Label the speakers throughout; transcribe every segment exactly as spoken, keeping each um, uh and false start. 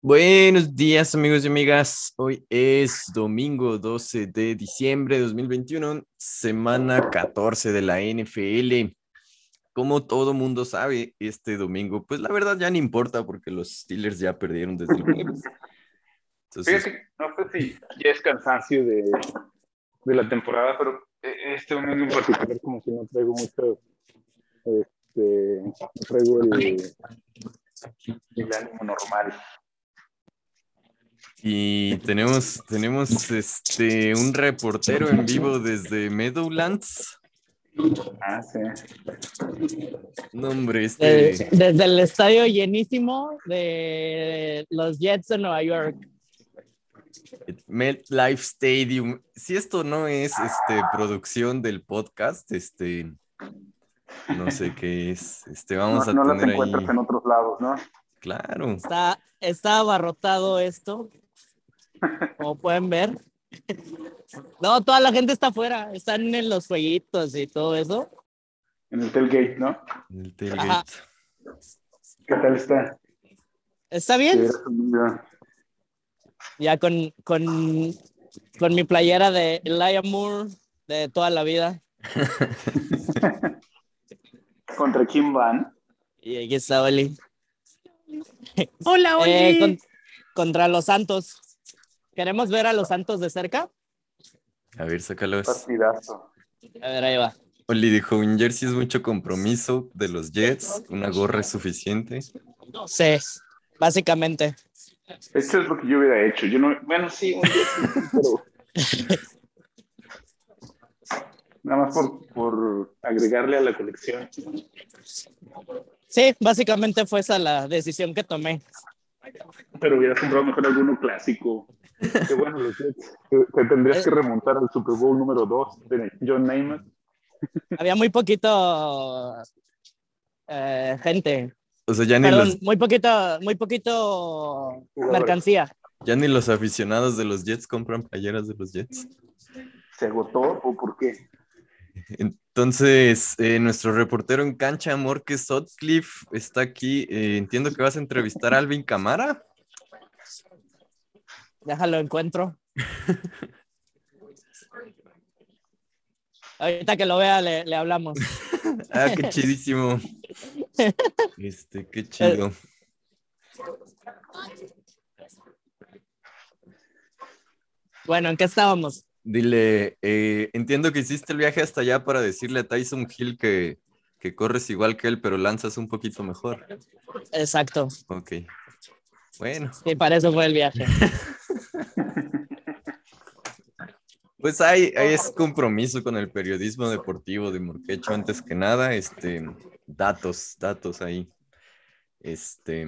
Speaker 1: Buenos días, amigos y amigas. Hoy es domingo doce de diciembre de dos mil veintiuno, semana catorce de la N F L. Como todo mundo sabe, este domingo, pues la verdad ya no importa porque los Steelers ya perdieron desde el jueves. Entonces,
Speaker 2: Fíjate, no sé si ya es cansancio de, de la temporada, pero este domingo en particular como que no traigo mucho, este, no traigo el, el ánimo normal.
Speaker 1: y tenemos, tenemos este, un reportero en vivo desde Meadowlands.
Speaker 2: Ah, sí.
Speaker 1: No, hombre, este...
Speaker 3: Desde, desde el estadio llenísimo de los Jets de Nueva York.
Speaker 1: MetLife Stadium. Si esto no es este, producción del podcast, este, no sé qué es. Este, vamos
Speaker 2: no,
Speaker 1: a
Speaker 2: no
Speaker 1: tener
Speaker 2: las encuentras
Speaker 1: ahí.
Speaker 2: en otros lados, ¿no?
Speaker 1: Claro.
Speaker 3: Está, está abarrotado esto, como pueden ver. No, toda la gente está afuera, están en los jueguitos y todo eso.
Speaker 2: En el tailgate, ¿no?
Speaker 1: En el tailgate.
Speaker 3: Ajá.
Speaker 2: ¿Qué tal está?
Speaker 3: ¿Está bien? Ya con, con, con mi playera de Elijah Moore de toda la vida.
Speaker 2: ¿Contra quién van?
Speaker 3: Y aquí está Oli.
Speaker 1: Hola, Oli.
Speaker 3: Eh, con, contra los Santos. ¿Queremos ver a los Santos de cerca?
Speaker 1: A ver, sácalos.
Speaker 2: Partidazo.
Speaker 3: A ver, ahí va.
Speaker 1: Oli dijo, un jersey es mucho compromiso de los Jets, una gorra es suficiente.
Speaker 3: Sí, básicamente.
Speaker 2: Esto es lo que yo hubiera hecho. Yo no, bueno, sí, un jersey, pero nada más por, por agregarle a la colección.
Speaker 3: Sí, básicamente fue esa la decisión que tomé.
Speaker 2: Pero hubieras comprado mejor alguno clásico. Qué bueno, los Jets. Te, te tendrías que remontar al Super Bowl número dos de John Namath.
Speaker 3: Había muy poquito eh, gente.
Speaker 1: O sea, ya ni
Speaker 3: Perdón,
Speaker 1: los,
Speaker 3: muy poquito, muy poquito mercancía.
Speaker 1: ya ni los aficionados de los Jets compran playeras de los Jets.
Speaker 2: ¿Se agotó o por qué?
Speaker 1: Entonces, eh, nuestro reportero en cancha, Morque Sutcliffe, está aquí. Eh, entiendo que vas a entrevistar a Alvin Kamara.
Speaker 3: Déjalo encuentro. Ahorita que lo vea le, le hablamos.
Speaker 1: Ah, qué chidísimo. Este, qué chido.
Speaker 3: Bueno, ¿en qué estábamos?
Speaker 1: Dile, eh, entiendo que hiciste el viaje hasta allá para decirle a Tyson Hill que, que corres igual que él, pero lanzas un poquito mejor.
Speaker 3: Exacto.
Speaker 1: Ok. Bueno.
Speaker 3: Sí, para eso fue el viaje.
Speaker 1: Pues hay, hay ese compromiso con el periodismo deportivo de Morquecho antes que nada. Este, datos, datos ahí. Este...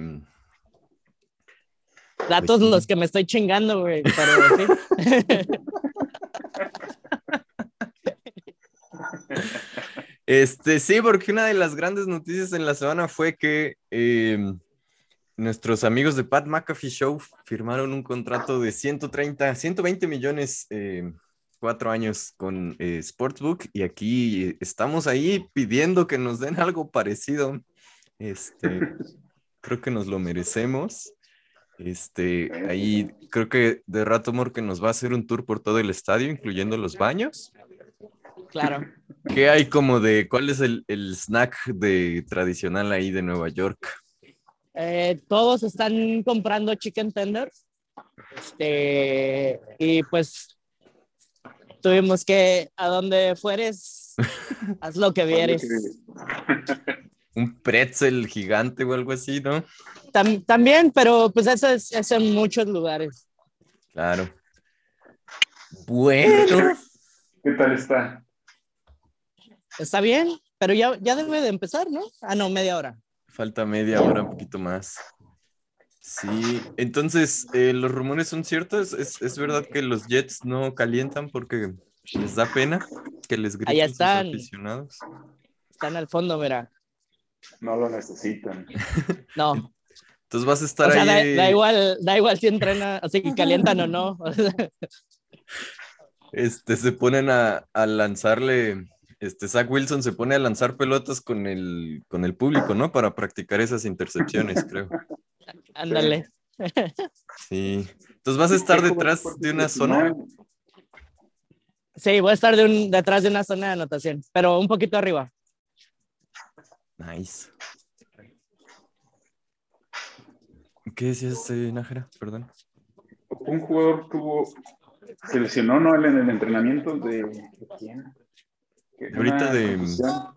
Speaker 3: Datos
Speaker 1: pues sí.
Speaker 3: los que me estoy chingando, güey, pero sí.
Speaker 1: Este, sí, porque una de las grandes noticias en la semana fue que eh, nuestros amigos de Pat McAfee Show firmaron un contrato de ciento treinta, ciento veinte millones, eh, cuatro años con eh, Sportsbook, y aquí estamos ahí pidiendo que nos den algo parecido. Este, creo que nos lo merecemos. Este, ahí creo que de rato Morque nos va a hacer un tour por todo el estadio, incluyendo los baños.
Speaker 3: Claro.
Speaker 1: ¿Qué hay como de, cuál es el, el snack de tradicional ahí de Nueva York?
Speaker 3: Eh, todos están comprando chicken tenders. Este, y pues tuvimos que, a donde fueres, haz lo que vieres.
Speaker 1: Un pretzel gigante o algo así, ¿no?
Speaker 3: Tam, también, pero pues eso es, es en muchos lugares.
Speaker 1: Claro. Bueno.
Speaker 2: ¿Qué tal está?
Speaker 3: Está bien, pero ya, ya debe de empezar, ¿no? Ah, no, media hora.
Speaker 1: Falta media hora, un poquito más. Sí, entonces, eh, ¿los rumores son ciertos? ¿Es, ¿Es verdad que los Jets no calientan porque les da pena que les griten
Speaker 3: Allá
Speaker 1: sus
Speaker 3: están.
Speaker 1: aficionados?
Speaker 3: Están al fondo, mira.
Speaker 2: No lo necesitan.
Speaker 3: No.
Speaker 1: Entonces vas a estar
Speaker 3: o sea,
Speaker 1: ahí.
Speaker 3: Da,
Speaker 1: eh...
Speaker 3: da igual, da igual si entrenan, así que calientan o no.
Speaker 1: Este, se ponen a, a lanzarle, este, Zach Wilson se pone a lanzar pelotas con el, con el público, ¿no? Para practicar esas intercepciones, creo.
Speaker 3: Ándale.
Speaker 1: Sí. Entonces vas a estar detrás de una zona.
Speaker 3: Sí, voy a estar de un, detrás de una zona de anotación, pero un poquito arriba.
Speaker 1: Nice. ¿Qué decías, eh, Nájera? Perdón.
Speaker 2: Un jugador tuvo, se lesionó, ¿no? En el entrenamiento de, ¿de quién?
Speaker 1: Ahorita
Speaker 2: Una
Speaker 1: de...
Speaker 2: contusión.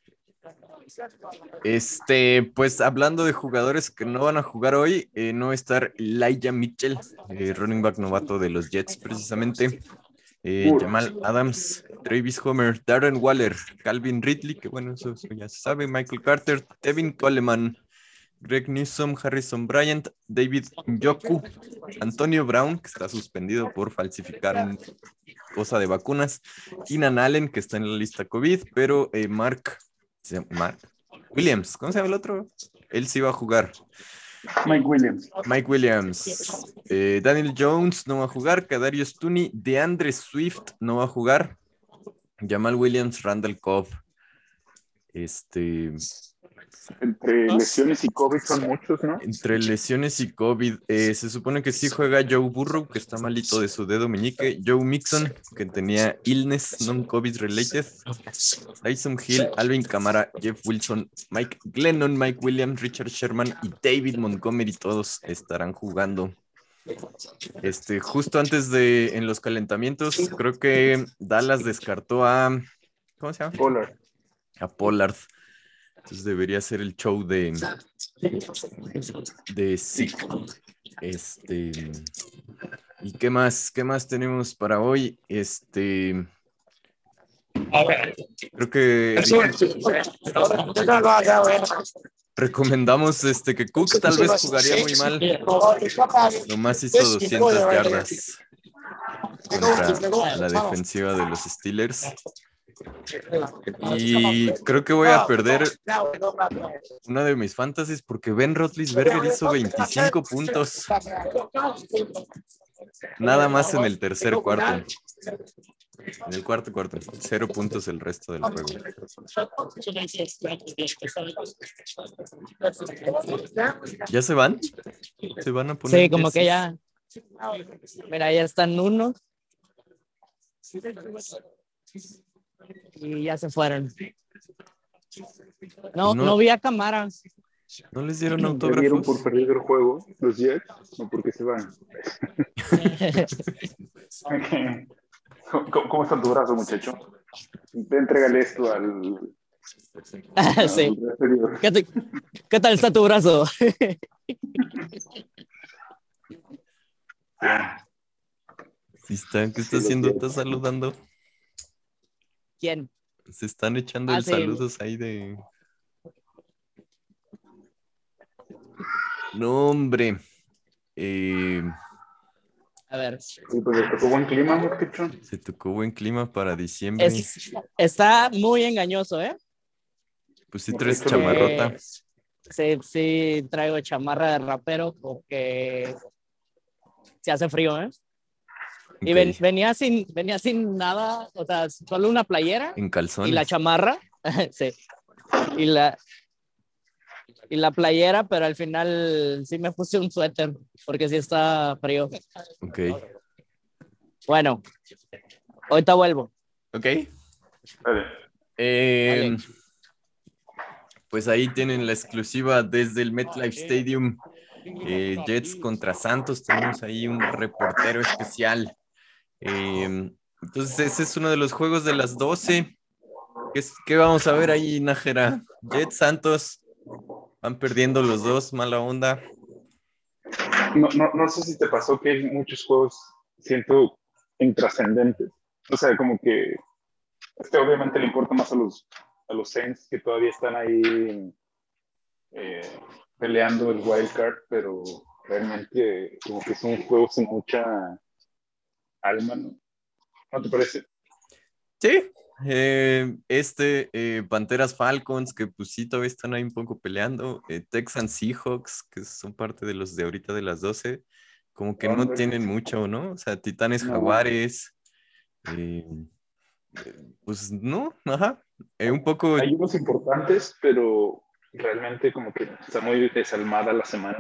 Speaker 1: Este, pues hablando de jugadores que no van a jugar hoy, eh, no va a estar Elijah Mitchell, eh, running back novato de los Jets precisamente. Eh, Jamal Adams, Travis Homer, Darren Waller, Calvin Ridley, que bueno, eso, eso ya se sabe, Michael Carter, Tevin Coleman, Greg Newsome, Harrison Bryant, David Njoku, Antonio Brown, que está suspendido por falsificar un cosa de vacunas, Keenan Allen, que está en la lista COVID, pero eh, Mark, Mark Williams, ¿cómo se llama el otro? Él sí va a jugar.
Speaker 2: Mike Williams.
Speaker 1: Mike Williams. Eh, Daniel Jones no va a jugar. Kadarius Toney. DeAndre Swift no va a jugar. Jamal Williams, Randall Cobb. Este.
Speaker 2: Entre lesiones y COVID son muchos, ¿no?
Speaker 1: Entre lesiones y COVID, eh, se supone que sí juega Joe Burrow, que está malito de su dedo meñique. Joe Mixon, que tenía illness non-COVID related. Tyson Hill, Alvin Kamara, Jeff Wilson, Mike Glennon, Mike Williams, Richard Sherman y David Montgomery, todos estarán jugando. Este, justo antes de, en los calentamientos, creo que Dallas descartó a, ¿cómo se llama?
Speaker 2: Pollard.
Speaker 1: A Pollard. Entonces debería ser el show de de Zeke. Este, ¿y qué más? ¿Qué más tenemos para hoy? Este, creo que recomendamos este que Cook tal vez jugaría muy mal. Nomás hizo doscientas yardas contra la defensiva de los Steelers. Y creo que voy a perder una de mis fantasies porque Ben Roethlisberger hizo veinticinco puntos. Nada más en el tercer cuarto. En el cuarto cuarto. Cero puntos el resto del juego. ¿Ya se van? ¿Se van a poner?
Speaker 3: Sí, como que ya. Mira, ya están unos. Y ya se fueron. No, no, no vi a Kamara.
Speaker 1: ¿No les dieron
Speaker 2: ¿Ya
Speaker 1: autógrafos?
Speaker 2: dieron por perdido el juego los Jets? ¿O porque se van? ¿Cómo, ¿Cómo está tu brazo, muchacho? Te entrégale esto al...
Speaker 3: Sí. ¿Qué, te, ¿Qué tal está tu brazo?
Speaker 1: Sí está, ¿qué está haciendo? ¿Estás saludando?
Speaker 3: ¿Quién?
Speaker 1: Se están echando ah, el sí. Saludos ahí de... No, hombre. Eh...
Speaker 3: A ver.
Speaker 2: Sí, pues se tocó buen clima, muchacho.
Speaker 1: Se tocó buen clima para diciembre.
Speaker 3: Es, está muy engañoso, ¿eh?
Speaker 1: Pues sí traes eh, chamarrota.
Speaker 3: Sí, sí traigo chamarra de rapero porque se hace frío, ¿eh? Okay. Y ven, venía, sin, venía sin nada, o sea, solo una playera.
Speaker 1: En calzones.
Speaker 3: Y la chamarra, sí. Y la, y la playera, pero al final sí me puse un suéter, porque sí está frío.
Speaker 1: Ok.
Speaker 3: Bueno, ahorita vuelvo.
Speaker 1: Ok. Vale. Eh, vale. Pues ahí tienen la exclusiva desde el MetLife Stadium. Eh, Jets contra Santos. Tenemos ahí un reportero especial. Eh, entonces ese es uno de los juegos de las doce. ¿Qué, es, qué vamos a ver ahí, Nájera? Jets, Santos, van perdiendo los dos, mala onda.
Speaker 2: No, no, no sé si te pasó que hay muchos juegos, siento, intrascendentes. O sea, como que este obviamente le importa más a los, a los Saints que todavía están ahí eh, peleando el wild card, pero realmente como que son juegos sin mucha alma, ¿no? ¿No te parece?
Speaker 1: Sí, eh, este, eh, Panteras Falcons, que pues sí, todavía están ahí un poco peleando, eh, Texans Seahawks, que son parte de los de ahorita de las doce, como que no tienen mucho, ¿no? O sea, Titanes Jaguares, eh, pues no, ajá, eh, un poco...
Speaker 2: Hay unos importantes, pero realmente como que está muy desalmada la semana.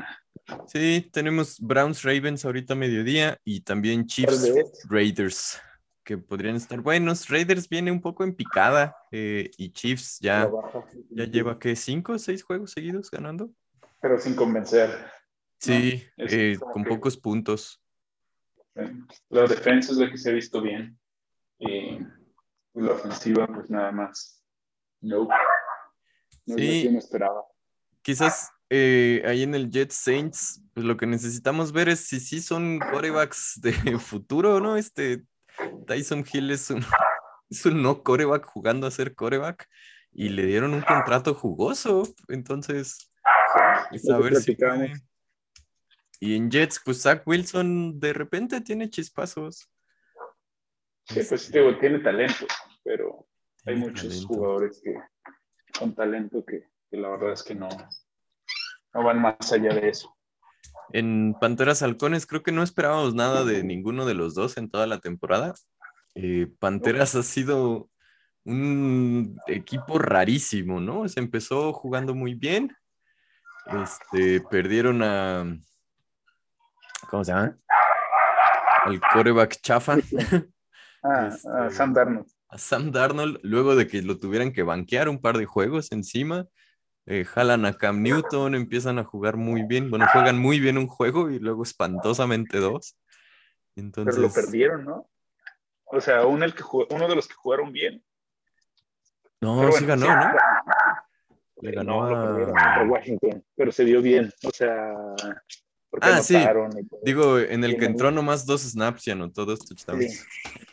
Speaker 1: Sí, tenemos Browns Ravens ahorita a mediodía y también Chiefs
Speaker 2: Tal vez.
Speaker 1: Raiders, que podrían estar buenos. Raiders viene un poco en picada eh, y Chiefs
Speaker 2: La
Speaker 1: ya,
Speaker 2: baja,
Speaker 1: ya lleva, ¿qué? ¿Cinco o seis juegos seguidos ganando?
Speaker 2: pero sin convencer, ¿no?
Speaker 1: Sí,
Speaker 2: Es
Speaker 1: eh,
Speaker 2: como
Speaker 1: con
Speaker 2: que
Speaker 1: pocos puntos.
Speaker 2: eh, la defensa es la que se ha visto bien y la ofensiva, pues nada más. No, no es lo que
Speaker 1: Sí,
Speaker 2: uno esperaba.
Speaker 1: quizás eh, ahí en el Jets Saints, pues lo que necesitamos ver es si sí son quarterbacks de futuro, ¿no? Este Tyson Hill es un, es un no quarterback jugando a ser quarterback y le dieron un contrato jugoso, entonces, pues a
Speaker 2: Lo que
Speaker 1: ver si
Speaker 2: platicábamos.
Speaker 1: puede. Y en Jets, pues Zach Wilson de repente tiene chispazos.
Speaker 2: Sí,
Speaker 1: Es-
Speaker 2: pues digo, tiene talento, pero hay
Speaker 1: Tiene
Speaker 2: muchos
Speaker 1: talento.
Speaker 2: jugadores que con talento que, que la verdad es que no, no van más allá de eso.
Speaker 1: En Panteras Halcones creo que no esperábamos nada de ninguno de los dos en toda la temporada. Eh, Panteras ha sido un equipo rarísimo, ¿no? Se empezó jugando muy bien. Este, perdieron a, ¿cómo se llama? Al quarterback chafa.
Speaker 2: Ah, ah,
Speaker 1: Este,
Speaker 2: Sam Darnold.
Speaker 1: a Sam Darnold, luego de que lo tuvieran que banquear un par de juegos encima. Eh, jalan a Cam Newton, empiezan a jugar muy bien. Bueno, juegan muy bien un juego y luego espantosamente dos.
Speaker 2: Pero lo
Speaker 1: Entonces,
Speaker 2: perdieron, ¿no? O sea, uno, el que jugó, uno de los que jugaron bien.
Speaker 1: no,
Speaker 2: Pero
Speaker 1: sí
Speaker 2: bueno, sí.
Speaker 1: ganó, ¿no? Le ganó
Speaker 2: No, lo perdieron
Speaker 1: a...
Speaker 2: contra Washington, pero se vio bien. O sea, porque
Speaker 1: Ah, sí.
Speaker 2: anotaron y todo.
Speaker 1: Digo, en
Speaker 2: Y
Speaker 1: el que
Speaker 2: en
Speaker 1: entró
Speaker 2: el,
Speaker 1: nomás dos snaps y anotó dos
Speaker 2: sí,
Speaker 1: touchdowns.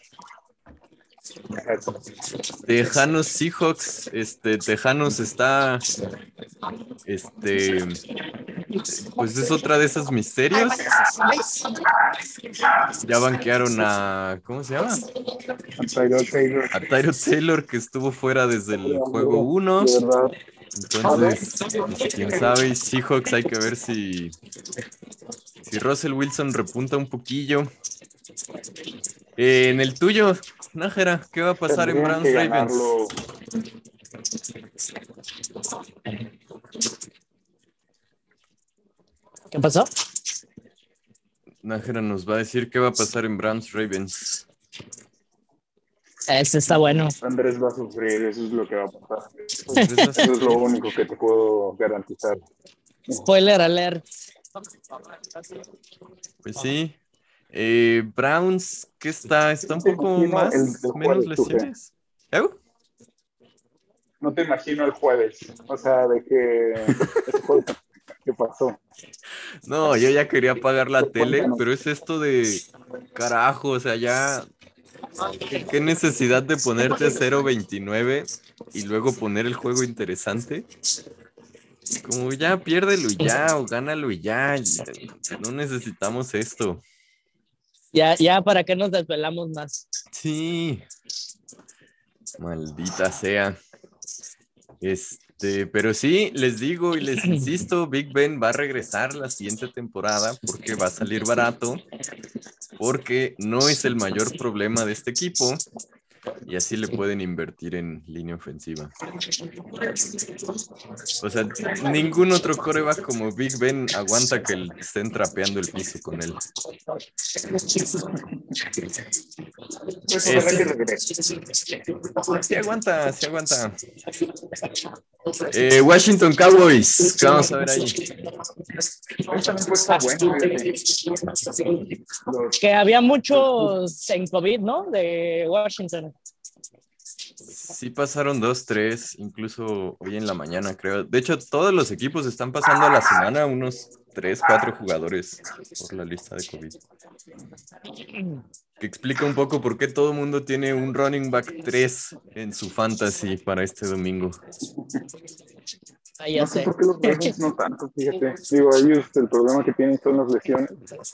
Speaker 2: exacto.
Speaker 1: Tejanos Seahawks, este, Tejanos está, este, pues es otra de esos misterios. Ya banquearon a, ¿cómo se llama?
Speaker 2: Taylor, Taylor.
Speaker 1: A Tyro Taylor, que estuvo fuera desde el juego
Speaker 2: De
Speaker 1: uno.
Speaker 2: verdad.
Speaker 1: Entonces, pues quién sabe, y Seahawks hay que ver si, si Russell Wilson repunta un poquillo. Eh, en el tuyo, Nájera, ¿qué va a pasar en
Speaker 2: Tendrían que
Speaker 1: Browns Ravens?
Speaker 2: ganarlo.
Speaker 3: ¿Qué pasó?
Speaker 1: Nájera nos va a decir qué va a pasar en Browns Ravens.
Speaker 3: Este está bueno.
Speaker 2: Andrés va a sufrir, eso es lo que va a pasar.
Speaker 1: Andrés va a
Speaker 2: Eso es lo
Speaker 1: sufrir.
Speaker 2: único que te puedo garantizar.
Speaker 3: Spoiler alert.
Speaker 1: Pues sí. Eh, Browns, ¿qué está? ¿Está un
Speaker 2: Te
Speaker 1: poco
Speaker 2: imagino el,
Speaker 1: más,
Speaker 2: el
Speaker 1: menos
Speaker 2: jueves, ¿tú qué?
Speaker 1: lesiones? ¿Eh?
Speaker 2: No te imagino el jueves. O sea, de que ese juego que pasó.
Speaker 1: No, yo ya quería apagar la
Speaker 2: Pues
Speaker 1: tele,
Speaker 2: cuéntanos.
Speaker 1: pero es esto de carajo, o sea, ya, ¿qué, qué necesidad de ponerte cero veintinueve y luego poner el juego interesante? Como ya piérdelo y ya, o gánalo y ya, ya, no necesitamos esto.
Speaker 3: Ya, ya, ¿para qué nos desvelamos más?
Speaker 1: Sí, maldita sea. Este, pero sí, les digo y les insisto, Big Ben va a regresar la siguiente temporada porque va a salir barato, porque no es el mayor problema de este equipo y así le pueden invertir en línea ofensiva. O sea, ningún otro coreback como Big Ben aguanta que le estén trapeando el piso con él.
Speaker 2: Pues ojalá que
Speaker 1: Es,
Speaker 2: regrese.
Speaker 1: sí aguanta, sí aguanta. Eh, Washington Cowboys, ¿qué vamos a ver ahí?
Speaker 2: Eso también puede estar bueno, fíjate. Los,
Speaker 3: Que había muchos en COVID, ¿no? De Washington.
Speaker 1: Sí pasaron dos, tres, incluso hoy en la mañana, creo. De hecho, todos los equipos están pasando a la semana unos tres, cuatro jugadores por la lista de COVID. Que explica un poco por qué todo el mundo tiene un running back tres en su fantasy para este domingo.
Speaker 3: Ah, ya
Speaker 2: no sé
Speaker 3: sé.
Speaker 2: por qué los Ravens no tanto, fíjate. Digo, ellos el problema que tienen son las lesiones.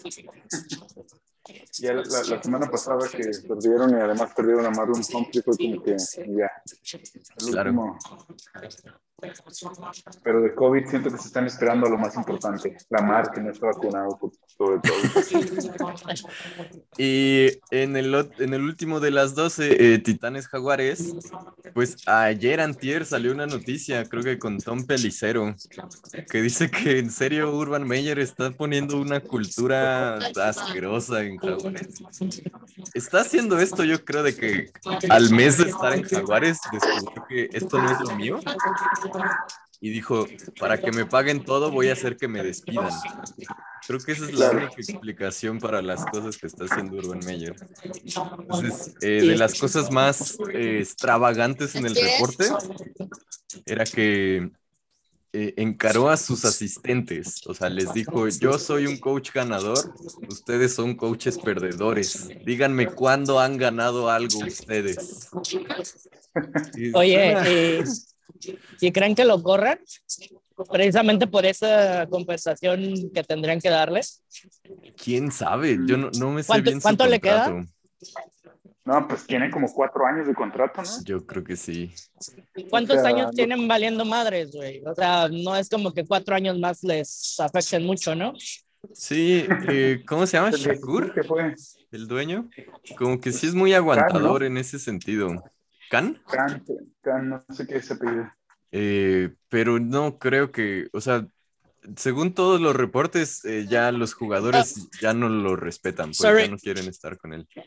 Speaker 2: Ya la, la, la semana pasada que perdieron y además perdieron a Marlon Humphrey fue como que ya, el
Speaker 1: Claro.
Speaker 2: último, Pero de COVID siento que se están esperando a lo más importante. Lamar, que no está vacunado por todo el COVID.
Speaker 1: Y en el, ot- en el último de las doce, eh, Titanes Jaguares, pues ayer antier salió una noticia, creo que con Tom Pelicero, que dice que en serio Urban Meyer está poniendo una cultura asquerosa en Jaguares. Está haciendo esto, yo creo, de que al mes de estar en Jaguares descubrió que esto no es lo mío y dijo, para que me paguen todo voy a hacer que me despidan. Creo que esa es la
Speaker 2: Claro.
Speaker 1: única explicación para las cosas que está haciendo Urban Meyer. Entonces, eh, de
Speaker 3: Y-
Speaker 1: las cosas más eh, extravagantes en el reporte era que eh, encaró a sus asistentes, o sea, les dijo, yo soy un coach ganador, ustedes son coaches perdedores, díganme cuándo han ganado algo ustedes. Y
Speaker 3: Oye,
Speaker 1: suena,
Speaker 3: ¿y, y creen que lo corran? Precisamente por esa compensación que tendrían que darle.
Speaker 1: quién sabe, yo no, no me sé
Speaker 3: ¿Cuánto,
Speaker 1: bien su
Speaker 3: cuánto le queda?
Speaker 1: contrato.
Speaker 2: No, pues tiene como cuatro años de contrato, ¿no?
Speaker 1: Yo creo que sí.
Speaker 3: ¿Cuántos
Speaker 2: O sea,
Speaker 3: años
Speaker 2: lo-
Speaker 3: tienen valiendo madres, güey? O sea, no es como que cuatro años más les afecten mucho, ¿no?
Speaker 1: Sí, eh, ¿cómo se llama?
Speaker 2: el
Speaker 1: Shakur,
Speaker 2: diecisiete fue.
Speaker 1: el dueño. Como que sí es muy
Speaker 2: Can, ¿no?
Speaker 1: aguantador en ese sentido. ¿Can?
Speaker 2: Can, Can, no sé qué se apellido.
Speaker 1: Eh, pero no creo que, o sea, según todos los reportes, eh, ya los
Speaker 3: Ah,
Speaker 1: jugadores ya no lo respetan, pues ya
Speaker 3: sorry.
Speaker 1: no quieren estar con él.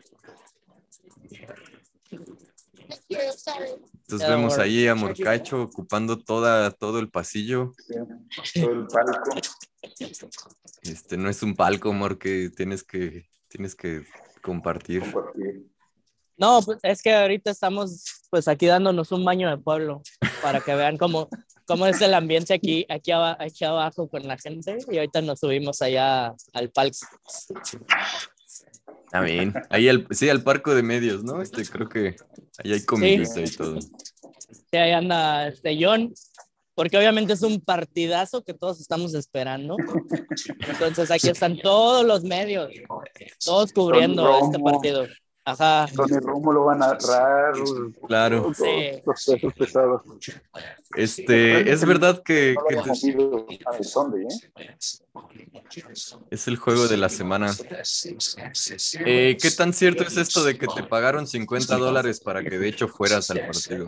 Speaker 1: Entonces
Speaker 3: Yeah,
Speaker 1: vemos
Speaker 3: or-
Speaker 1: ahí a Morcacho ocupando toda, todo el pasillo.
Speaker 2: Sí, todo el palco.
Speaker 1: Este no es un palco, Mor, que tienes que, tienes que compartir.
Speaker 2: Compartir.
Speaker 3: No, pues es que ahorita estamos pues aquí dándonos un baño de pueblo para que vean cómo, cómo es el ambiente aquí, aquí, aba- aquí abajo con la gente y ahorita nos subimos allá al palco.
Speaker 1: Ah, bien. Ahí al, sí, al parco de medios, ¿no? Este, creo que ahí hay
Speaker 3: Sí,
Speaker 1: comidita y todo.
Speaker 3: sí, ahí anda este John, porque obviamente es un partidazo que todos estamos esperando. Entonces aquí están todos los medios, todos
Speaker 2: Tony
Speaker 3: cubriendo este
Speaker 2: Romo,
Speaker 3: partido. Ajá,
Speaker 2: Tony Romo lo va a narrar.
Speaker 1: Claro.
Speaker 2: Todos,
Speaker 3: sí.
Speaker 2: todos los pesos pesados. Me
Speaker 1: Este,
Speaker 2: sorprende
Speaker 1: es
Speaker 2: que no,
Speaker 1: verdad
Speaker 2: que
Speaker 1: que,
Speaker 2: no lo
Speaker 1: que
Speaker 2: haya
Speaker 1: te-
Speaker 2: movido a el Sunday, ¿eh?
Speaker 1: es el juego de la semana. Eh, ¿qué tan cierto es esto de que te pagaron cincuenta dólares para que de hecho fueras al partido?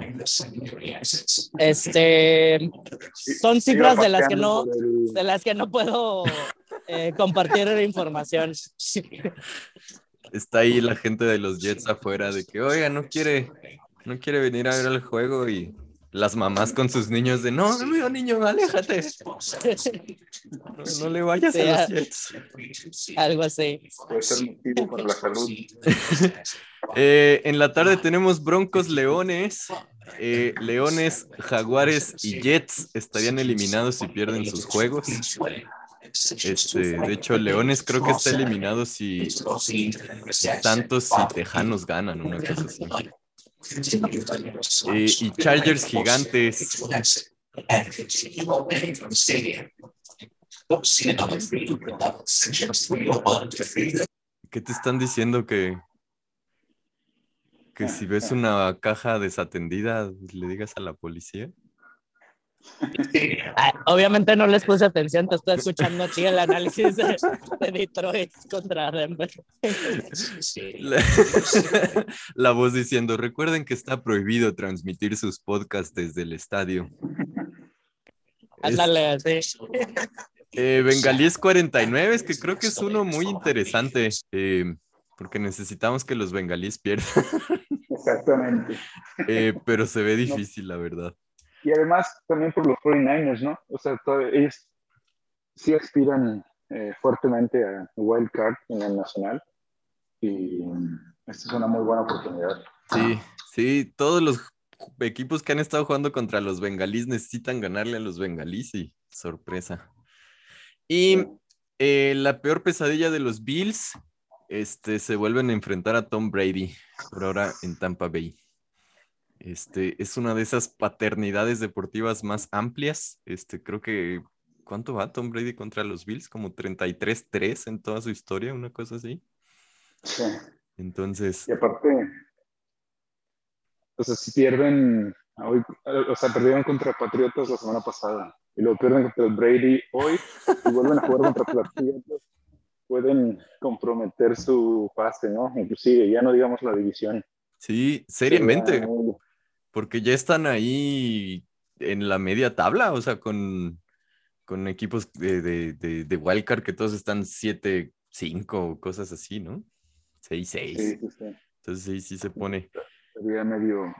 Speaker 3: Este, son
Speaker 2: Iba
Speaker 3: cifras de las que
Speaker 2: paseando
Speaker 3: no,
Speaker 2: por el...
Speaker 3: de las que no puedo eh, compartir información.
Speaker 1: Está ahí la gente de los Jets afuera de que, oiga, no quiere, no quiere venir a ver el juego y las mamás con sus niños de, no, no veo niño, aléjate, no, no le vayas a
Speaker 3: Sí,
Speaker 1: los
Speaker 3: a-
Speaker 1: Jets.
Speaker 3: algo así.
Speaker 2: Puede ser motivo para la salud.
Speaker 1: Eh, en la tarde tenemos Broncos Leones. Eh, Leones, Jaguares y Jets estarían eliminados si pierden sus juegos. Este, de hecho, Leones creo que está eliminado si, si Santos y Tejanos ganan, una cosa así. Eh, y Chargers Gigantes. ¿Qué te están diciendo que, que si ves una caja desatendida le digas a la policía?
Speaker 3: Ah, obviamente no les puse atención, te estoy escuchando a ti el análisis de, de Detroit contra Denver.
Speaker 1: La, la voz diciendo, recuerden que está prohibido transmitir sus podcasts desde el estadio.
Speaker 3: Ándale, así.
Speaker 1: Eh, Bengalíes cuarenta y nueve, es que creo que es uno muy interesante, eh, porque necesitamos que los bengalíes pierdan,
Speaker 2: Exactamente.
Speaker 1: eh, pero se ve
Speaker 2: No,
Speaker 1: difícil, la verdad.
Speaker 2: y además también por los cuarenta y nueve ers, ¿no? O sea, todo- ellos sí aspiran eh, fuertemente a Wild Card en el Nacional y esta es una muy buena oportunidad.
Speaker 1: Sí, sí, todos los equipos que han estado jugando contra los bengalíes necesitan ganarle a los bengalíes y sorpresa. Y
Speaker 2: Sí.
Speaker 1: eh, la peor pesadilla de los Bills, este, se vuelven a enfrentar a Tom Brady, por ahora en Tampa Bay. Este, es una de esas paternidades deportivas más amplias. Este, creo que, ¿cuánto va Tom Brady contra los Bills? Como treinta y tres tres en toda su historia, una cosa así.
Speaker 2: Sí.
Speaker 1: Entonces,
Speaker 2: Y aparte, Entonces, si pierden hoy, o sea, perdieron contra Patriotas la semana pasada y luego pierden contra el Brady hoy y vuelven a jugar contra Patriotas, pueden comprometer su pase, ¿no? Inclusive, ya no digamos la división.
Speaker 1: Sí,
Speaker 2: Sería
Speaker 1: seriamente,
Speaker 2: muy...
Speaker 1: porque ya están ahí en la media tabla, o sea, con, con equipos de, de, de, de wildcard que todos están siete cinco o cosas así, ¿no? seis seis.
Speaker 2: Sí, sí, sí.
Speaker 1: Entonces sí, sí se pone.
Speaker 2: Sería medio,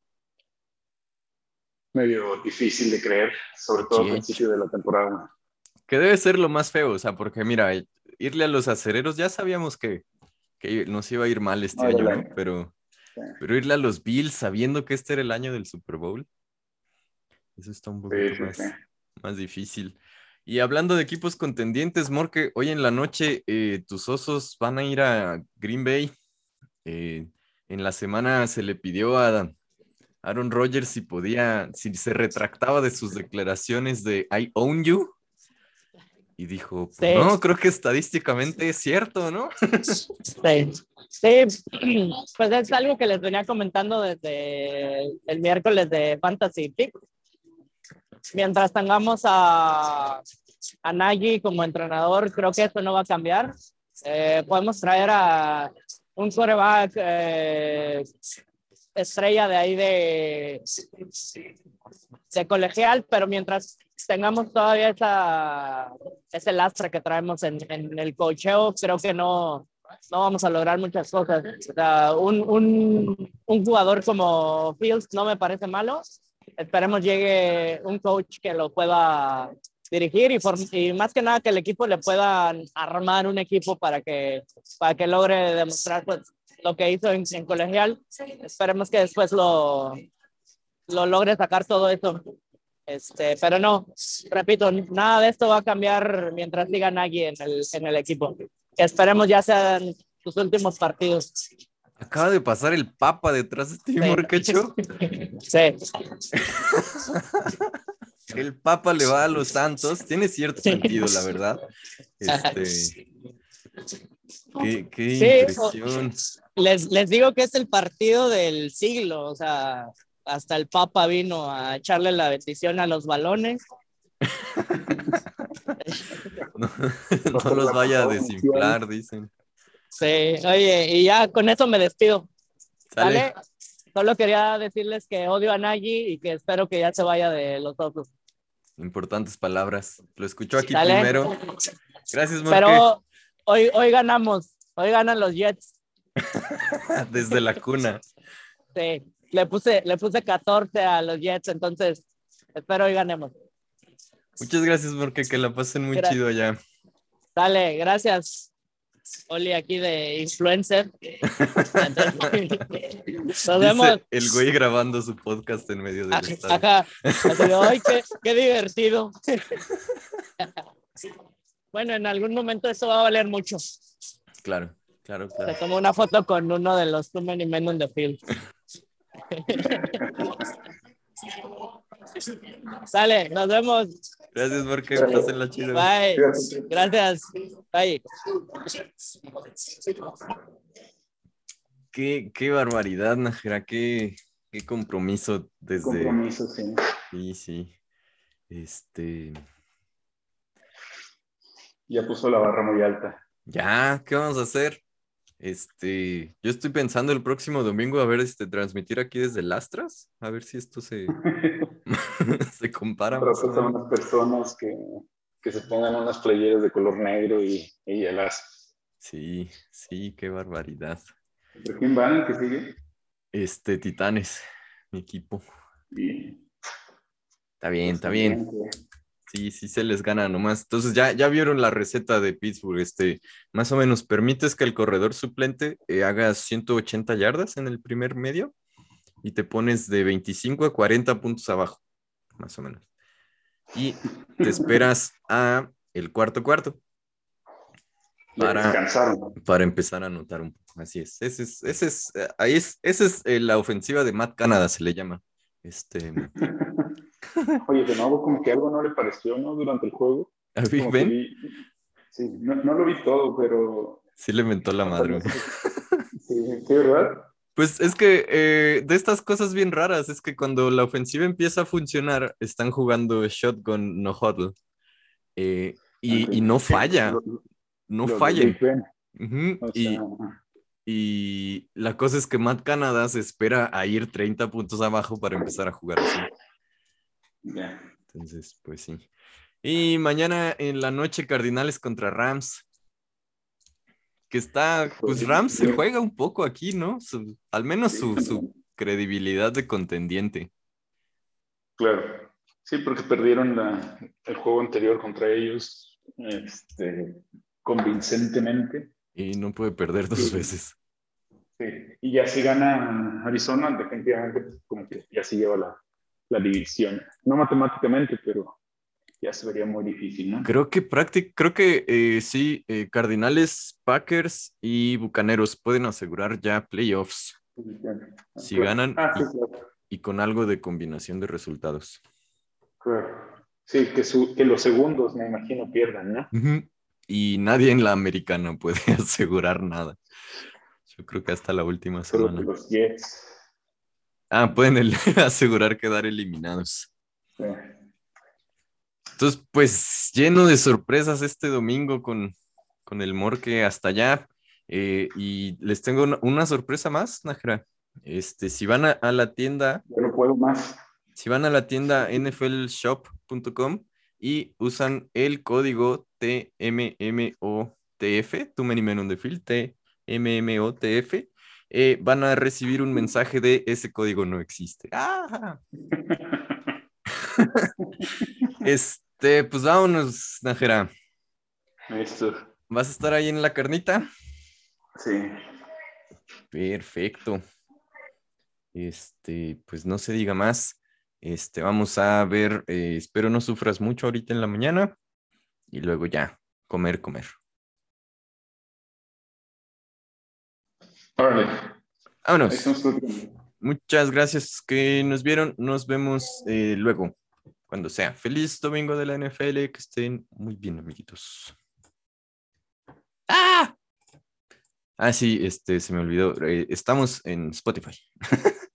Speaker 2: medio difícil de creer, sobre todo al
Speaker 1: Sí,
Speaker 2: principio de la temporada.
Speaker 1: que debe ser lo más feo, o sea, porque mira, irle a los acereros ya sabíamos que, que nos iba a ir mal este
Speaker 2: No, era
Speaker 1: año,
Speaker 2: el
Speaker 1: ¿no?
Speaker 2: año.
Speaker 1: Pero,
Speaker 2: Sí,
Speaker 1: pero irle a los Bills sabiendo que este era el año del Super Bowl, eso está un
Speaker 2: sí,
Speaker 1: poquito
Speaker 2: sí, sí.
Speaker 1: más, más difícil. Y hablando de equipos contendientes, Morque, hoy en la noche eh, tus osos van a ir a Green Bay. Eh, en la semana se le pidió a Aaron Rodgers si podía, si se retractaba de sus declaraciones de I own you. Y dijo, pues
Speaker 3: Sí,
Speaker 1: no, creo que estadísticamente es cierto, ¿no?
Speaker 3: sí, sí, pues es algo que les venía comentando desde el miércoles de Fantasy Pick. Mientras tengamos a, a Nagy como entrenador, creo que eso no va a cambiar. Eh, podemos traer a un quarterback eh, estrella de ahí de, de colegial, pero mientras tengamos todavía esa, ese lastre que traemos en, en el coacheo, creo que no, no vamos a lograr muchas cosas. O sea, un, un, un jugador como Fields no me parece malo. Esperemos llegue un coach que lo pueda dirigir y, por, y más que nada que el equipo le pueda armar un equipo para que, para que logre demostrar pues, lo que hizo en, en colegial. Esperemos que después lo, lo logre sacar todo eso. Este, pero no, repito, nada de esto va a cambiar mientras siga Nagy en el, en el equipo. Esperemos ya sean sus últimos partidos.
Speaker 1: Acaba de pasar el Papa detrás de ti, Morquecho.
Speaker 3: Sí.
Speaker 1: El Papa le va a los Santos. Tiene cierto sentido, la verdad. Este, qué, qué
Speaker 3: sí,
Speaker 1: impresión.
Speaker 3: Les, les digo que es el partido del siglo. O sea, hasta el Papa vino a echarle la bendición a los balones.
Speaker 1: No, no los vaya a desinflar, dicen.
Speaker 3: Sí, oye, y ya con eso me despido.
Speaker 1: Sale.
Speaker 3: ¿Sale? Solo quería decirles que odio a Nagy y que espero que ya se vaya de los otros.
Speaker 1: Importantes palabras. Lo escuchó aquí
Speaker 3: ¿Sale?
Speaker 1: primero. Gracias, Morque.
Speaker 3: Pero hoy, hoy ganamos. Hoy ganan los Jets.
Speaker 1: Desde la cuna.
Speaker 3: Sí, le puse, le puse catorce a los Jets, entonces espero hoy ganemos.
Speaker 1: Muchas gracias, Morque, que la pasen muy
Speaker 3: Gra-
Speaker 1: chido allá.
Speaker 3: Dale, gracias. Oli aquí de influencer. Nos vemos.
Speaker 1: Dice el güey grabando su podcast en medio del estadio.
Speaker 3: Ajá. Así de, ¡ay, qué, qué divertido! Bueno, en algún momento eso va a valer mucho.
Speaker 1: Claro, claro, claro.
Speaker 3: Se tomó una foto con uno de los Too Many Men in the Field. Sale, nos vemos.
Speaker 1: Gracias, Morque. Pásenla chido.
Speaker 3: Bye. Gracias. Bye.
Speaker 1: Qué, qué barbaridad, Najera. Qué, qué compromiso desde.
Speaker 2: Compromiso, sí.
Speaker 1: Sí, sí. Este.
Speaker 2: Ya puso la barra muy alta.
Speaker 1: Ya, ¿qué vamos a hacer? Este, yo estoy pensando el próximo domingo a ver, este, transmitir aquí desde Lastras, a ver si esto se, se compara más o
Speaker 2: Contratas a
Speaker 1: menos.
Speaker 2: unas personas que, que se pongan unas playeras de color negro y, y ya las...
Speaker 1: Sí, sí, qué barbaridad.
Speaker 2: ¿Pero quién van? ¿Qué sigue?
Speaker 1: Este, Titanes, mi equipo.
Speaker 2: Y...
Speaker 1: Está bien,
Speaker 2: pues
Speaker 1: está bien.
Speaker 2: también,
Speaker 1: Sí, sí se les gana nomás. Entonces ya, ya vieron la receta de Pittsburgh. Este, más o menos, permites que el corredor suplente eh, haga ciento ochenta yardas en el primer medio y te pones de veinticinco a cuarenta puntos abajo, más o menos. Y te esperas a el cuarto cuarto para, para empezar a anotar un poco. Así es. Ese es, ese es, eh, ahí es, esa es eh, la ofensiva de Matt Canada, se le llama. Este...
Speaker 2: Oye, de nuevo como que algo no le pareció, ¿no? Durante el juego.
Speaker 1: ¿A Big
Speaker 2: Como
Speaker 1: Ben?
Speaker 2: que vi... Sí, no, no lo vi todo, pero...
Speaker 1: Sí le mentó la madre.
Speaker 2: Sí, sí, ¿verdad?
Speaker 1: Pues es que eh, de estas cosas bien raras, es que cuando la ofensiva empieza a funcionar, están jugando shotgun no huddle. Eh, y, y
Speaker 2: Okay.
Speaker 1: no
Speaker 2: Sí,
Speaker 1: falla,
Speaker 2: lo, lo-
Speaker 1: no
Speaker 2: lo de Big
Speaker 1: fallan.
Speaker 2: Ben.
Speaker 1: Ujú.
Speaker 2: O sea,
Speaker 1: Y, y la cosa es que Matt Canada se espera a ir treinta puntos abajo para empezar a jugar así.
Speaker 2: ya.
Speaker 1: Entonces, pues sí. Y mañana en la noche, Cardinales contra Rams. Que está, pues Rams se juega un poco aquí, ¿no? Su- al menos
Speaker 2: Sí,
Speaker 1: su, su credibilidad de contendiente.
Speaker 2: claro. Sí, porque perdieron la, el juego anterior contra ellos este, convincentemente.
Speaker 1: Y no puede perder dos
Speaker 2: Y,
Speaker 1: veces.
Speaker 2: sí, y ya si gana Arizona, definitivamente pues, como que ya se lleva la, la división. No matemáticamente, pero ya se vería muy difícil, ¿no?
Speaker 1: Creo que práctic- creo que eh, sí, eh, Cardinales, Packers y Bucaneros pueden asegurar ya playoffs si
Speaker 2: Claro.
Speaker 1: ganan
Speaker 2: Ah, sí,
Speaker 1: y,
Speaker 2: claro.
Speaker 1: y con algo de combinación de resultados.
Speaker 2: Claro. Sí, que, su, que los segundos, me imagino, pierdan, ¿no?
Speaker 1: Ujú. Y nadie en la americana puede asegurar nada. Yo creo que hasta la última
Speaker 2: Solo que
Speaker 1: semana.
Speaker 2: los Jets.
Speaker 1: Ah, pueden el- asegurar quedar eliminados.
Speaker 2: Sí.
Speaker 1: Entonces, pues lleno de sorpresas este domingo con, con el Morque hasta allá. Eh, y les tengo una, una sorpresa más, Najera. Este, si van a, a la tienda,
Speaker 2: Yo no puedo más.
Speaker 1: si van a la tienda n f l shop punto com y usan el código T M M O T F, Too Many Men on the Field, T M M O T F, eh, van a recibir un mensaje de ese código no existe. ¡Ah! Este, pues vámonos, Najera.
Speaker 2: Listo.
Speaker 1: ¿Vas a estar ahí en la carnita?
Speaker 2: Sí.
Speaker 1: Perfecto. Este, pues no se diga más. Este, vamos a ver, eh, espero no sufras mucho ahorita en la mañana y luego ya, comer, comer.
Speaker 2: Órale. Ahí
Speaker 1: Vámonos.
Speaker 2: estamos platicando.
Speaker 1: Muchas gracias que nos vieron. Nos vemos eh, luego, cuando sea. Feliz domingo de la N F L. Que estén muy bien, amiguitos. ¡Ah! Ah, sí, este, se me olvidó. Eh, estamos en Spotify.